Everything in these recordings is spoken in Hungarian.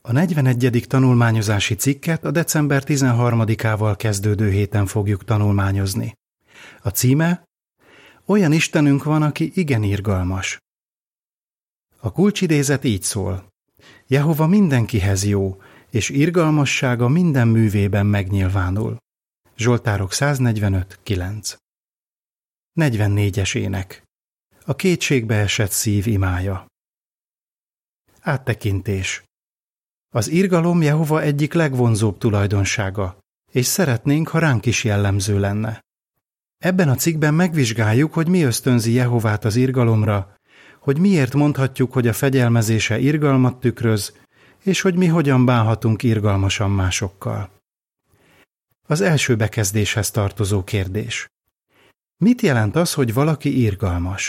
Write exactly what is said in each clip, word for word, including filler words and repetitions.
A negyvenegyedik tanulmányozási cikket a december tizenharmadikával kezdődő héten fogjuk tanulmányozni. A címe: Olyan Istenünk van, aki igen irgalmas. A kulcsidézet így szól: Jehova mindenkihez jó, és irgalmassága minden művében megnyilvánul. Zsoltárok száznegyvenöt kilenc. negyvennégyes ének. A kétségbe esett szív imája. Áttekintés. Az irgalom Jehova egyik legvonzóbb tulajdonsága, és szeretnénk, ha ránk is jellemző lenne. Ebben a cikkben megvizsgáljuk, hogy mi ösztönzi Jehovát az irgalomra, hogy miért mondhatjuk, hogy a fegyelmezése irgalmat tükröz, és hogy mi hogyan bánhatunk irgalmasan másokkal. Az első bekezdéshez tartozó kérdés. Mit jelent az, hogy valaki irgalmas?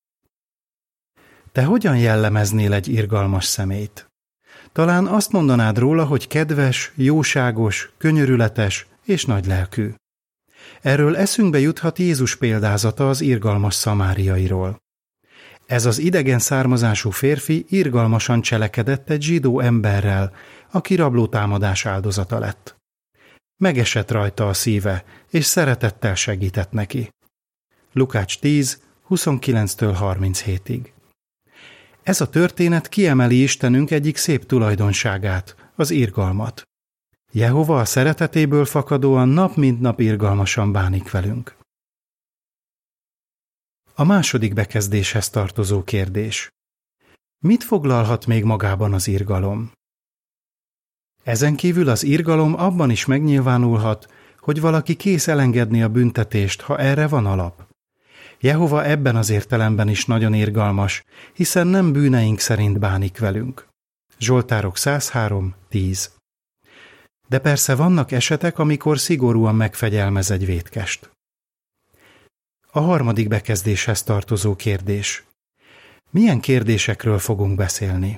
Te hogyan jellemeznél egy irgalmas személyt? Talán azt mondanád róla, hogy kedves, jóságos, könyörületes és nagylelkű. Erről eszünkbe juthat Jézus példázata az irgalmas szamáriairól. Ez az idegen származású férfi irgalmasan cselekedett egy zsidó emberrel, aki rablótámadás áldozata lett. Megesett rajta a szíve, és szeretettel segített neki. Lukács tíz, huszonkilenctől harminchétig. Ez a történet kiemeli Istenünk egyik szép tulajdonságát, az irgalmat. Jehova a szeretetéből fakadóan nap mint nap irgalmasan bánik velünk. A második bekezdéshez tartozó kérdés. Mit foglalhat még magában az irgalom? Ezen kívül az irgalom abban is megnyilvánulhat, hogy valaki kész elengedni a büntetést, ha erre van alap. Jehova ebben az értelemben is nagyon irgalmas, hiszen nem bűneink szerint bánik velünk. Zsoltárok százhárom tíz. De persze vannak esetek, amikor szigorúan megfegyelmez egy vétkest. A harmadik bekezdéshez tartozó kérdés. Milyen kérdésekről fogunk beszélni?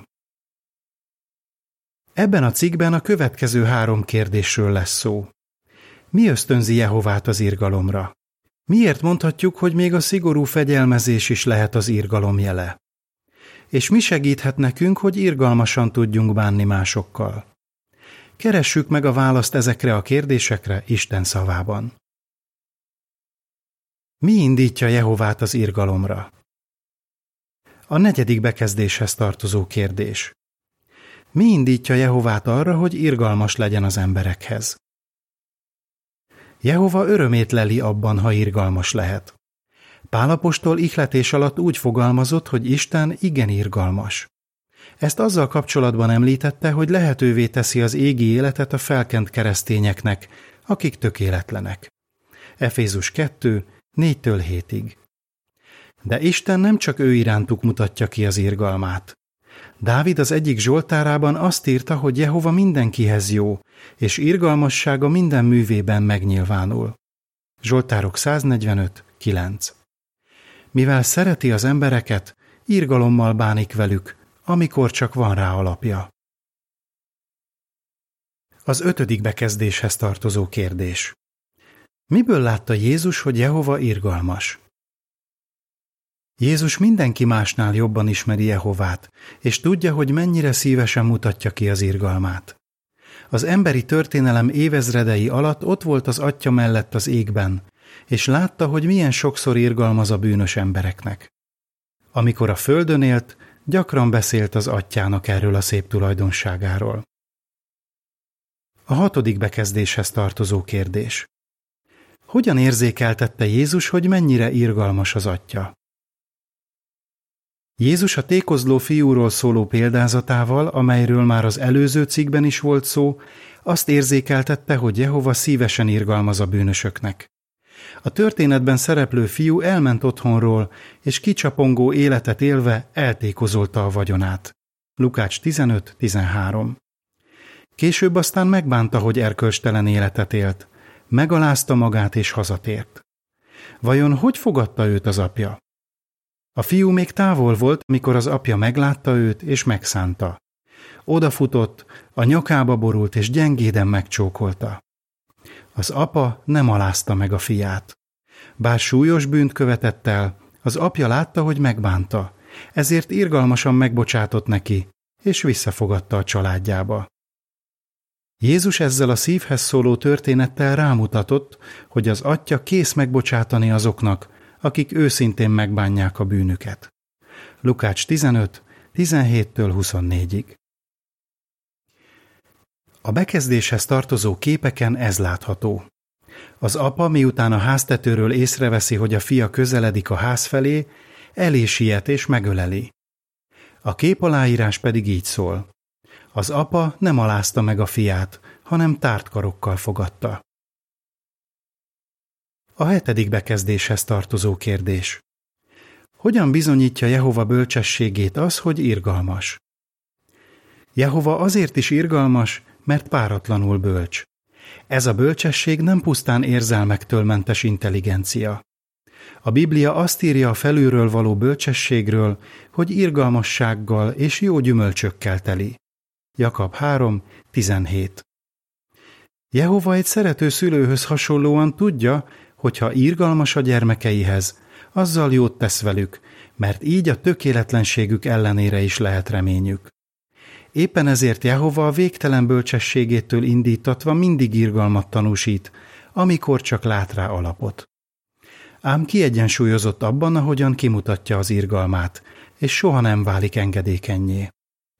Ebben a cikkben a következő három kérdésről lesz szó. Mi ösztönzi Jehovát az irgalomra? Miért mondhatjuk, hogy még a szigorú fegyelmezés is lehet az irgalom jele? És mi segíthet nekünk, hogy irgalmasan tudjunk bánni másokkal? Keressük meg a választ ezekre a kérdésekre Isten szavában. Mi indítja Jehovát az irgalomra? A negyedik bekezdéshez tartozó kérdés. Mi indítja Jehovát arra, hogy irgalmas legyen az emberekhez? Jehova örömét leli abban, ha irgalmas lehet. Pál apostol ihletés alatt úgy fogalmazott, hogy Isten igen irgalmas. Ezt azzal kapcsolatban említette, hogy lehetővé teszi az égi életet a felkent keresztényeknek, akik tökéletlenek. Efézus kettő, négytől hétig. De Isten nem csak ő irántuk mutatja ki az irgalmát. Dávid az egyik zsoltárában azt írta, hogy Jehova mindenkihez jó, és irgalmassága minden művében megnyilvánul. Zsoltárok száznegyvenöt kilenc. Mivel szereti az embereket, irgalommal bánik velük, amikor csak van rá alapja. Az ötödik bekezdéshez tartozó kérdés. Miből látta Jézus, hogy Jehova irgalmas? Jézus mindenki másnál jobban ismeri Jehovát, és tudja, hogy mennyire szívesen mutatja ki az irgalmát. Az emberi történelem évezredei alatt ott volt az Atya mellett az égben, és látta, hogy milyen sokszor irgalmaz a bűnös embereknek. Amikor a földön élt, gyakran beszélt az Atyának erről a szép tulajdonságáról. A hatodik bekezdéshez tartozó kérdés. Hogyan érzékeltette Jézus, hogy mennyire irgalmas az Atya? Jézus a tékozló fiúról szóló példázatával, amelyről már az előző cikkben is volt szó, azt érzékeltette, hogy Jehova szívesen irgalmaz a bűnösöknek. A történetben szereplő fiú elment otthonról, és kicsapongó életet élve eltékozolta a vagyonát. Lukács tizenöt tizenhárom. Később aztán megbánta, hogy erkölcstelen életet élt. Megalázta magát és hazatért. Vajon hogy fogadta őt az apja? A fiú még távol volt, mikor az apja meglátta őt és megszánta. Odafutott, a nyakába borult és gyengéden megcsókolta. Az apa nem alázta meg a fiát. Bár súlyos bűnt követett el, az apja látta, hogy megbánta, ezért irgalmasan megbocsátott neki, és visszafogadta a családjába. Jézus ezzel a szívhez szóló történettel rámutatott, hogy az Atya kész megbocsátani azoknak, akik őszintén megbánják a bűnüket. Lukács tizenöt, tizenhéttől huszonnégyig. A bekezdéshez tartozó képeken ez látható. Az apa, miután a háztetőről észreveszi, hogy a fia közeledik a ház felé, elé siet és megöleli. A kép aláírás pedig így szól. Az apa nem alázta meg a fiát, hanem tárt karokkal fogadta. A hetedik bekezdéshez tartozó kérdés. Hogyan bizonyítja Jehova bölcsességét az, hogy irgalmas? Jehova azért is irgalmas, mert páratlanul bölcs. Ez a bölcsesség nem pusztán érzelmektől mentes intelligencia. A Biblia azt írja a felülről való bölcsességről, hogy irgalmassággal és jó gyümölcsökkel teli. Jakab három, tizenhét. Jehova egy szerető szülőhöz hasonlóan tudja, hogy ha irgalmas a gyermekeihez, azzal jót tesz velük, mert így a tökéletlenségük ellenére is lehet reményük. Éppen ezért Jehova a végtelen bölcsességétől indítatva mindig irgalmat tanúsít, amikor csak lát rá alapot. Ám kiegyensúlyozott abban, ahogyan kimutatja az irgalmát, és soha nem válik engedékennyé.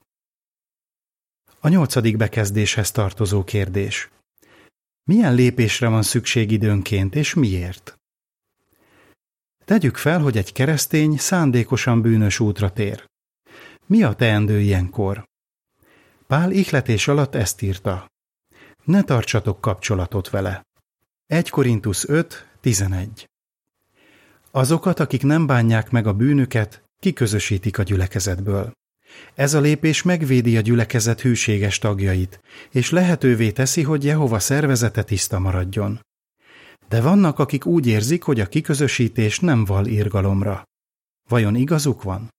A nyolcadik bekezdéshez tartozó kérdés. Milyen lépésre van szükség időnként, és miért? Tegyük fel, hogy egy keresztény szándékosan bűnös útra tér. Mi a teendő ilyenkor? Pál ihletés alatt ezt írta. Ne tartsatok kapcsolatot vele. egy Korintusz öt, tizenegy. Azokat, akik nem bánják meg a bűnüket, kiközösítik a gyülekezetből. Ez a lépés megvédi a gyülekezet hűséges tagjait, és lehetővé teszi, hogy Jehova szervezete tiszta maradjon. De vannak, akik úgy érzik, hogy a kiközösítés nem val irgalomra. Vajon igazuk van?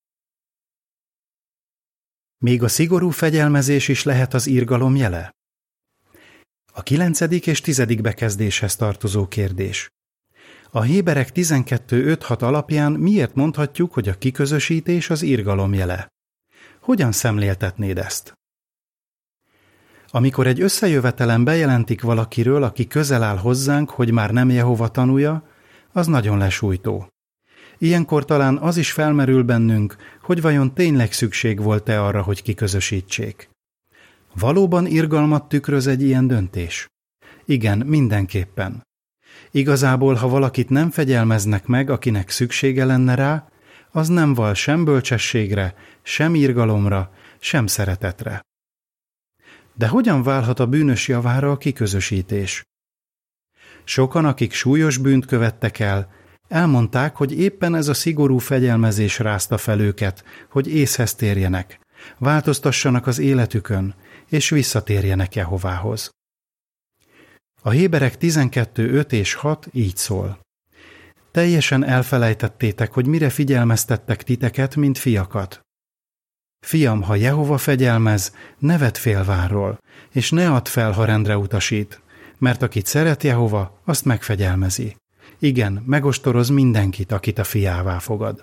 Még a szigorú fegyelmezés is lehet az irgalom jele? A kilencedik és tizedik bekezdéshez tartozó kérdés. A Héberek tizenkettő öt hat alapján miért mondhatjuk, hogy a kiközösítés az irgalom jele? Hogyan szemléltetnéd ezt? Amikor egy összejövetelen bejelentik valakiről, aki közel áll hozzánk, hogy már nem Jehova tanúja, az nagyon lesújtó. Ilyenkor talán az is felmerül bennünk, hogy vajon tényleg szükség volt-e arra, hogy kiközösítsék. Valóban irgalmat tükröz egy ilyen döntés? Igen, mindenképpen. Igazából, ha valakit nem fegyelmeznek meg, akinek szüksége lenne rá, az nem val sem bölcsességre, sem irgalomra, sem szeretetre. De hogyan válhat a bűnös javára a kiközösítés? Sokan, akik súlyos bűnt követtek el, elmondták, hogy éppen ez a szigorú fegyelmezés rázta fel őket, hogy észhez térjenek, változtassanak az életükön, és visszatérjenek Jehovához. A Héberek tizenkettő öt és hat így szól. Teljesen elfelejtettétek, hogy mire figyelmeztettek titeket, mint fiakat. Fiam, ha Jehova fegyelmez, ne vedd félvárról, és ne add fel, ha rendre utasít, mert akit szeret Jehova, azt megfegyelmezi. Igen, megostoroz mindenkit, akit a fiává fogad.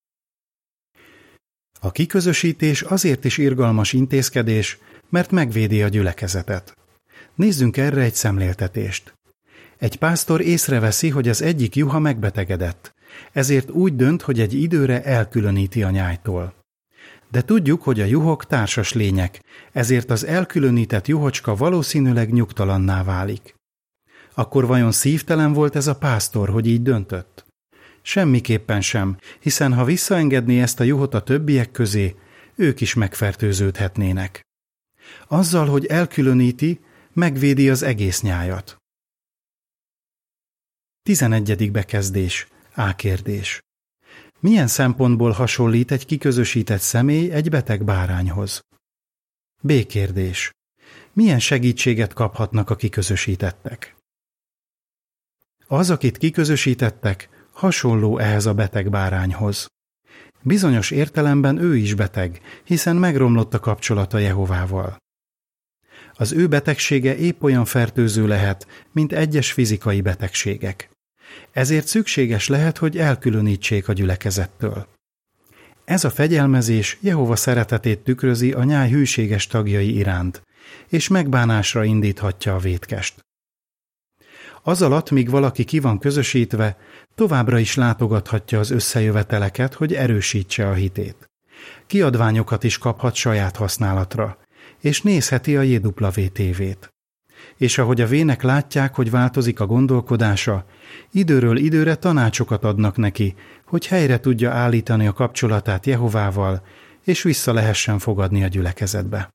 A kiközösítés azért is irgalmas intézkedés, mert megvédi a gyülekezetet. Nézzünk erre egy szemléltetést. Egy pásztor észreveszi, hogy az egyik juha megbetegedett, ezért úgy dönt, hogy egy időre elkülöníti a nyájtól. De tudjuk, hogy a juhok társas lények, ezért az elkülönített juhocska valószínűleg nyugtalanná válik. Akkor vajon szívtelen volt ez a pásztor, hogy így döntött? Semmiképpen sem, hiszen ha visszaengedné ezt a juhot a többiek közé, ők is megfertőződhetnének. Azzal, hogy elkülöníti, megvédi az egész nyájat. tizenegyedik bekezdés. A kérdés. Milyen szempontból hasonlít egy kiközösített személy egy beteg bárányhoz? B kérdés. Milyen segítséget kaphatnak a kiközösítettek? Az, akit kiközösítettek, hasonló ehhez a beteg bárányhoz. Bizonyos értelemben ő is beteg, hiszen megromlott a kapcsolata Jehovával. Az ő betegsége épp olyan fertőző lehet, mint egyes fizikai betegségek. Ezért szükséges lehet, hogy elkülönítsék a gyülekezettől. Ez a fegyelmezés Jehova szeretetét tükrözi a nyáj hűséges tagjai iránt, és megbánásra indíthatja a vétkest. Az alatt, míg valaki ki van közösítve, továbbra is látogathatja az összejöveteleket, hogy erősítse a hitét. Kiadványokat is kaphat saját használatra, és nézheti a Jé dupla vé tévét. És ahogy a vének látják, hogy változik a gondolkodása, időről időre tanácsokat adnak neki, hogy helyre tudja állítani a kapcsolatát Jehovával, és vissza lehessen fogadni a gyülekezetbe.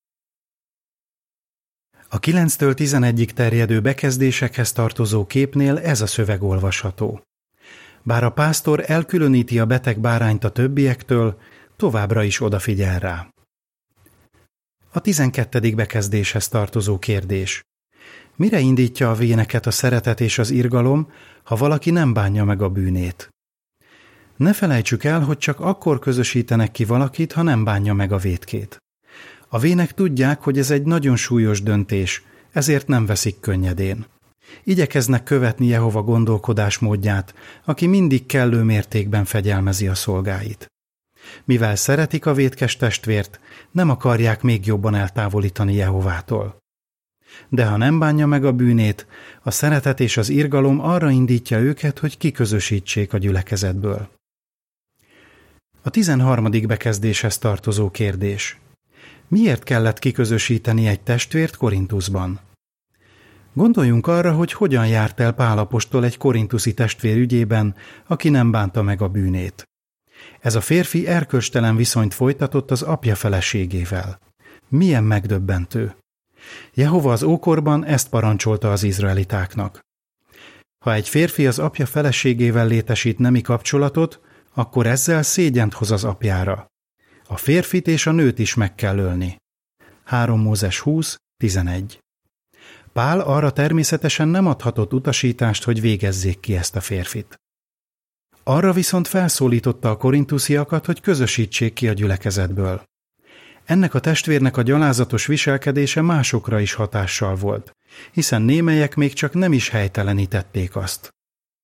A kilenctől tizenegyig terjedő bekezdésekhez tartozó képnél ez a szöveg olvasható. Bár a pásztor elkülöníti a beteg bárányt a többiektől, továbbra is odafigyel rá. A tizenkettedik bekezdéshez tartozó kérdés. Mire indítja a véneket a szeretet és az irgalom, ha valaki nem bánja meg a bűnét? Ne felejtsük el, hogy csak akkor közösítenek ki valakit, ha nem bánja meg a vétkét. A vének tudják, hogy ez egy nagyon súlyos döntés, ezért nem veszik könnyedén. Igyekeznek követni Jehova gondolkodásmódját, aki mindig kellő mértékben fegyelmezi a szolgáit. Mivel szeretik a vétkes testvért, nem akarják még jobban eltávolítani Jehovától. De ha nem bánja meg a bűnét, a szeretet és az irgalom arra indítja őket, hogy kiközösítsék a gyülekezetből. A tizenharmadik bekezdéshez tartozó kérdés. Miért kellett kiközösíteni egy testvért Korintuszban? Gondoljunk arra, hogy hogyan járt el Pál apostol egy korintuszi testvér ügyében, aki nem bánta meg a bűnét. Ez a férfi erkölcstelen viszonyt folytatott az apja feleségével. Milyen megdöbbentő! Jehova az ókorban ezt parancsolta az izraelitáknak. Ha egy férfi az apja feleségével létesít nemi kapcsolatot, akkor ezzel szégyent hoz az apjára. A férfit és a nőt is meg kell ölni. három Mózes húsz tizenegy. Pál arra természetesen nem adhatott utasítást, hogy végezzék ki ezt a férfit. Arra viszont felszólította a korintusziakat, hogy közösítsék ki a gyülekezetből. Ennek a testvérnek a gyalázatos viselkedése másokra is hatással volt, hiszen némelyek még csak nem is helytelenítették azt.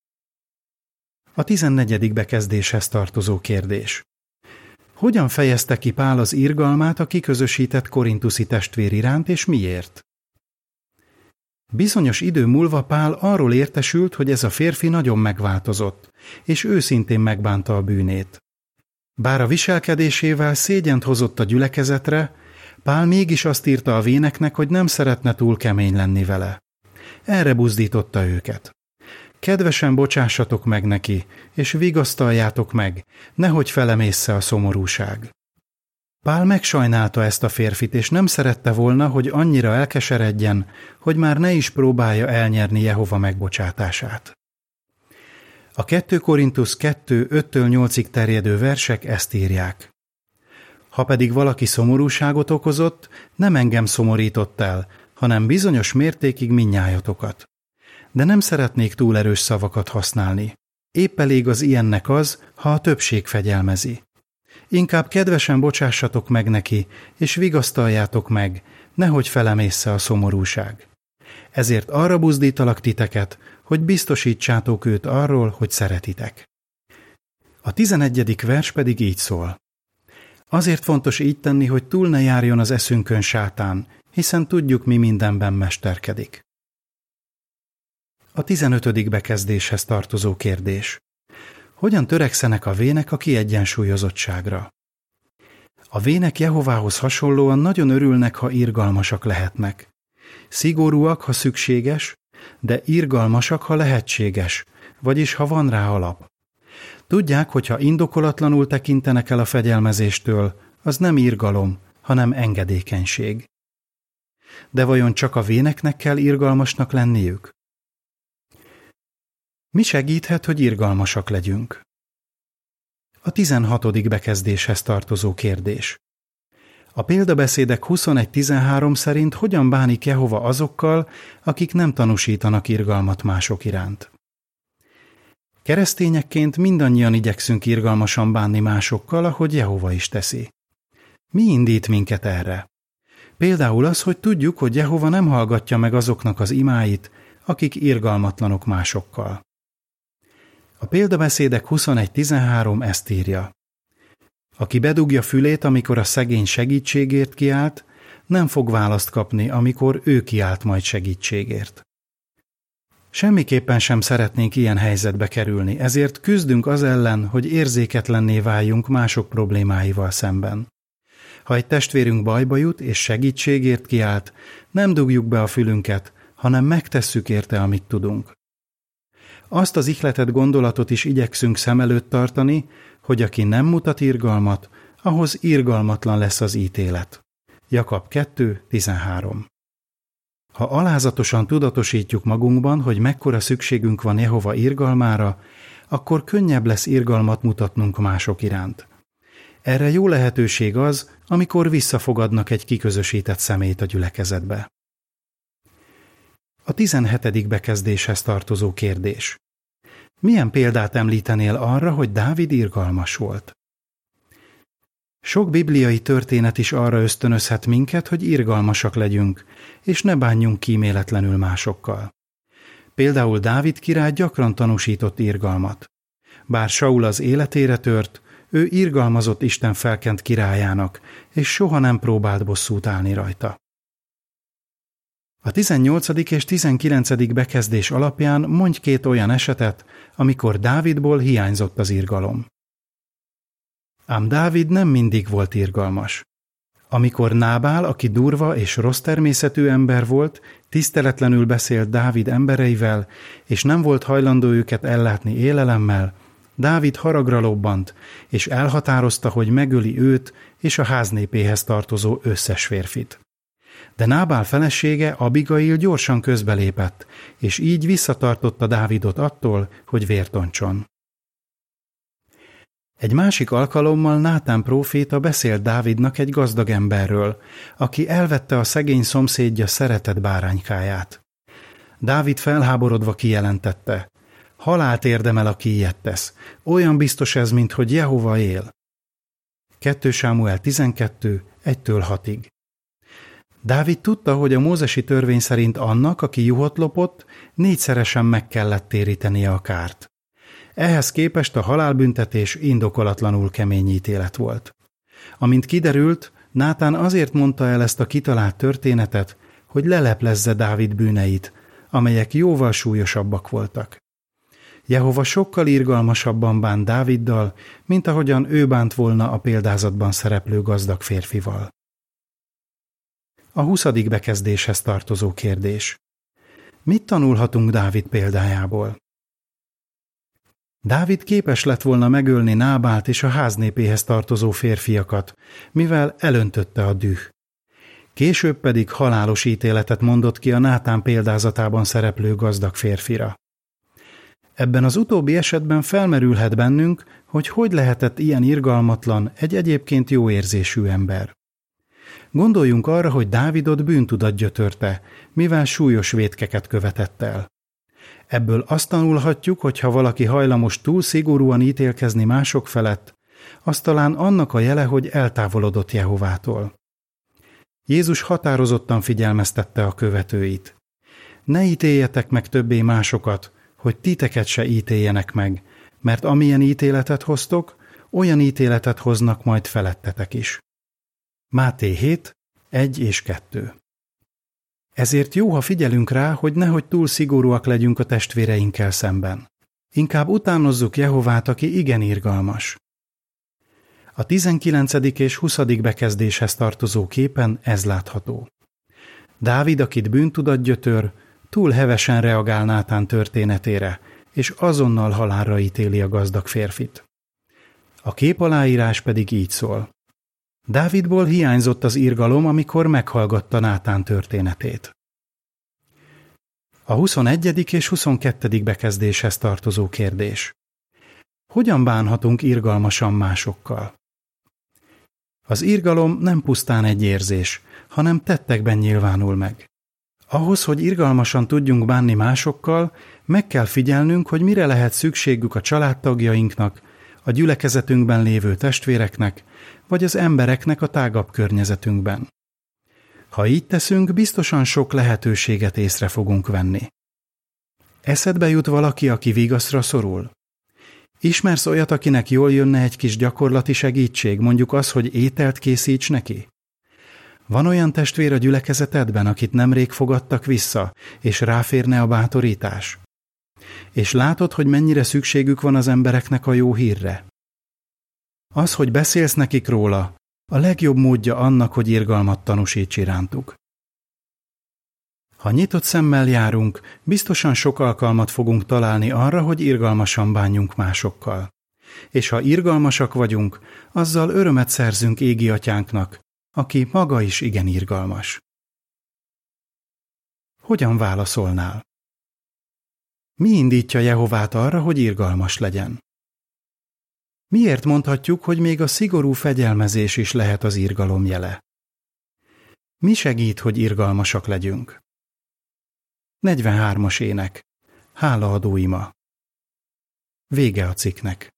A tizennegyedik bekezdéshez tartozó kérdés. Hogyan fejezte ki Pál az irgalmát a kiközösített korintuszi testvér iránt, és miért? Bizonyos idő múlva Pál arról értesült, hogy ez a férfi nagyon megváltozott, és őszintén megbánta a bűnét. Bár a viselkedésével szégyent hozott a gyülekezetre, Pál mégis azt írta a véneknek, hogy nem szeretne túl kemény lenni vele. Erre buzdította őket. Kedvesen bocsássatok meg neki, és vigasztaljátok meg, nehogy felemészze a szomorúság. Pál megsajnálta ezt a férfit, és nem szerette volna, hogy annyira elkeseredjen, hogy már ne is próbálja elnyerni Jehova megbocsátását. A kettő Korintusz kettő öttől nyolcig terjedő versek ezt írják. Ha pedig valaki szomorúságot okozott, nem engem szomorított el, hanem bizonyos mértékig mindnyájatokat. De nem szeretnék túl erős szavakat használni. Épp elég az ilyennek az, ha a többség fegyelmezi. Inkább kedvesen bocsássatok meg neki, és vigasztaljátok meg, nehogy felemészze a szomorúság. Ezért arra buzdítalak titeket, hogy biztosítsátok őt arról, hogy szeretitek. A tizenegyedik vers pedig így szól. Azért fontos így tenni, hogy túl ne járjon az eszünkön sátán, hiszen tudjuk, mi mindenben mesterkedik. A tizenötödik bekezdéshez tartozó kérdés. Hogyan törekszenek a vének a kiegyensúlyozottságra? A vének Jehovához hasonlóan nagyon örülnek, ha irgalmasak lehetnek. Szigorúak, ha szükséges, de irgalmasak, ha lehetséges, vagyis ha van rá alap. Tudják, hogy ha indokolatlanul tekintenek el a fegyelmezéstől, az nem irgalom, hanem engedékenység. De vajon csak a véneknek kell irgalmasnak lenniük? Mi segíthet, hogy irgalmasak legyünk? A tizenhatodik bekezdéshez tartozó kérdés. A példabeszédek huszonegy tizenhárom szerint hogyan bánik Jehova azokkal, akik nem tanúsítanak irgalmat mások iránt? Keresztényekként mindannyian igyekszünk irgalmasan bánni másokkal, ahogy Jehova is teszi. Mi indít minket erre? Például az, hogy tudjuk, hogy Jehova nem hallgatja meg azoknak az imáit, akik irgalmatlanok másokkal. A példabeszédek huszonegy tizenhárom ezt írja. Aki bedugja fülét, amikor a szegény segítségért kiált, nem fog választ kapni, amikor ő kiált majd segítségért. Semmiképpen sem szeretnénk ilyen helyzetbe kerülni, ezért küzdünk az ellen, hogy érzéketlenné váljunk mások problémáival szemben. Ha egy testvérünk bajba jut és segítségért kiált, nem dugjuk be a fülünket, hanem megtesszük érte, amit tudunk. Azt az ihletett gondolatot is igyekszünk szem előtt tartani, hogy aki nem mutat irgalmat, ahhoz irgalmatlan lesz az ítélet. Jakab kettő tizenhárom. Ha alázatosan tudatosítjuk magunkban, hogy mekkora szükségünk van Jehova irgalmára, akkor könnyebb lesz irgalmat mutatnunk mások iránt. Erre jó lehetőség az, amikor visszafogadnak egy kiközösített személyt a gyülekezetbe. A tizenhetedik bekezdéshez tartozó kérdés. Milyen példát említenél arra, hogy Dávid irgalmas volt? Sok bibliai történet is arra ösztönözhet minket, hogy irgalmasak legyünk, és ne bánjunk kíméletlenül másokkal. Például Dávid király gyakran tanúsított irgalmat. Bár Saul az életére tört, ő irgalmazott Isten felkent királyának, és soha nem próbált bosszút állni rajta. A tizennyolcadik és tizenkilencedik bekezdés alapján mondj két olyan esetet, amikor Dávidból hiányzott az irgalom. Ám Dávid nem mindig volt irgalmas. Amikor Nábál, aki durva és rossz természetű ember volt, tiszteletlenül beszélt Dávid embereivel, és nem volt hajlandó őket ellátni élelemmel, Dávid haragra lobbant, és elhatározta, hogy megöli őt és a háznépéhez tartozó összes férfit. De Nábál felesége, Abigail gyorsan közbelépett, és így visszatartotta Dávidot attól, hogy vért ontson. Egy másik alkalommal Nátán próféta beszélt Dávidnak egy gazdag emberről, aki elvette a szegény szomszédja szeretett báránykáját. Dávid felháborodva kijelentette: halált érdemel, aki ilyet tesz. Olyan biztos ez, mint hogy Jehova él. kettő Sámuel tizenkettő egytől hatig. Dávid tudta, hogy a mózesi törvény szerint annak, aki juhot lopott, négyszeresen meg kellett térítenie a kárt. Ehhez képest a halálbüntetés indokolatlanul kemény ítélet volt. Amint kiderült, Nátán azért mondta el ezt a kitalált történetet, hogy leleplezze Dávid bűneit, amelyek jóval súlyosabbak voltak. Jehova sokkal irgalmasabban bánt Dáviddal, mint ahogyan ő bánt volna a példázatban szereplő gazdag férfival. A huszadik bekezdéshez tartozó kérdés. Mit tanulhatunk Dávid példájából? Dávid képes lett volna megölni Nábált és a háznépéhez tartozó férfiakat, mivel elöntötte a düh. Később pedig halálos ítéletet mondott ki a Nátán példázatában szereplő gazdag férfira. Ebben az utóbbi esetben felmerülhet bennünk, hogy hogy lehetett ilyen irgalmatlan egy egyébként jó érzésű ember. Gondoljunk arra, hogy Dávidot bűntudat gyötörte, mivel súlyos vétkeket követett el. Ebből azt tanulhatjuk, hogy ha valaki hajlamos túl szigorúan ítélkezni mások felett, az talán annak a jele, hogy eltávolodott Jehovától. Jézus határozottan figyelmeztette a követőit. Ne ítéljetek meg többé másokat, hogy titeket se ítéljenek meg, mert amilyen ítéletet hoztok, olyan ítéletet hoznak majd felettetek is. Máté hét egy és kettő. Ezért jó, ha figyelünk rá, hogy nehogy túl szigorúak legyünk a testvéreinkkel szemben. Inkább utánozzuk Jehovát, aki igen irgalmas. A tizenkilencedik és huszadik bekezdéshez tartozó képen ez látható. Dávid, akit bűntudat gyötör, túl hevesen reagál Nátán történetére, és azonnal halálra ítéli a gazdag férfit. A kép aláírás pedig így szól. Dávidból hiányzott az irgalom, amikor meghallgatta Nátán történetét. A huszonegyedik és huszonkettedik bekezdéshez tartozó kérdés. Hogyan bánhatunk irgalmasan másokkal? Az irgalom nem pusztán egy érzés, hanem tettekben nyilvánul meg. Ahhoz, hogy irgalmasan tudjunk bánni másokkal, meg kell figyelnünk, hogy mire lehet szükségük a családtagjainknak, a gyülekezetünkben lévő testvéreknek, vagy az embereknek a tágabb környezetünkben. Ha így teszünk, biztosan sok lehetőséget észre fogunk venni. Eszedbe jut valaki, aki vigaszra szorul? Ismersz olyat, akinek jól jönne egy kis gyakorlati segítség, mondjuk az, hogy ételt készíts neki? Van olyan testvér a gyülekezetedben, akit nemrég fogadtak vissza, és ráférne a bátorítás? És látod, hogy mennyire szükségük van az embereknek a jó hírre? Az, hogy beszélsz nekik róla, a legjobb módja annak, hogy irgalmat tanúsíts irántuk. Ha nyitott szemmel járunk, biztosan sok alkalmat fogunk találni arra, hogy irgalmasan bánjunk másokkal. És ha irgalmasak vagyunk, azzal örömet szerzünk égi atyánknak, aki maga is igen irgalmas. Hogyan válaszolnál? Mi indítja Jehovát arra, hogy irgalmas legyen? Miért mondhatjuk, hogy még a szigorú fegyelmezés is lehet az irgalom jele? Mi segít, hogy irgalmasak legyünk? negyvenhármas ének. Hálaadó ima. Vége a cikknek.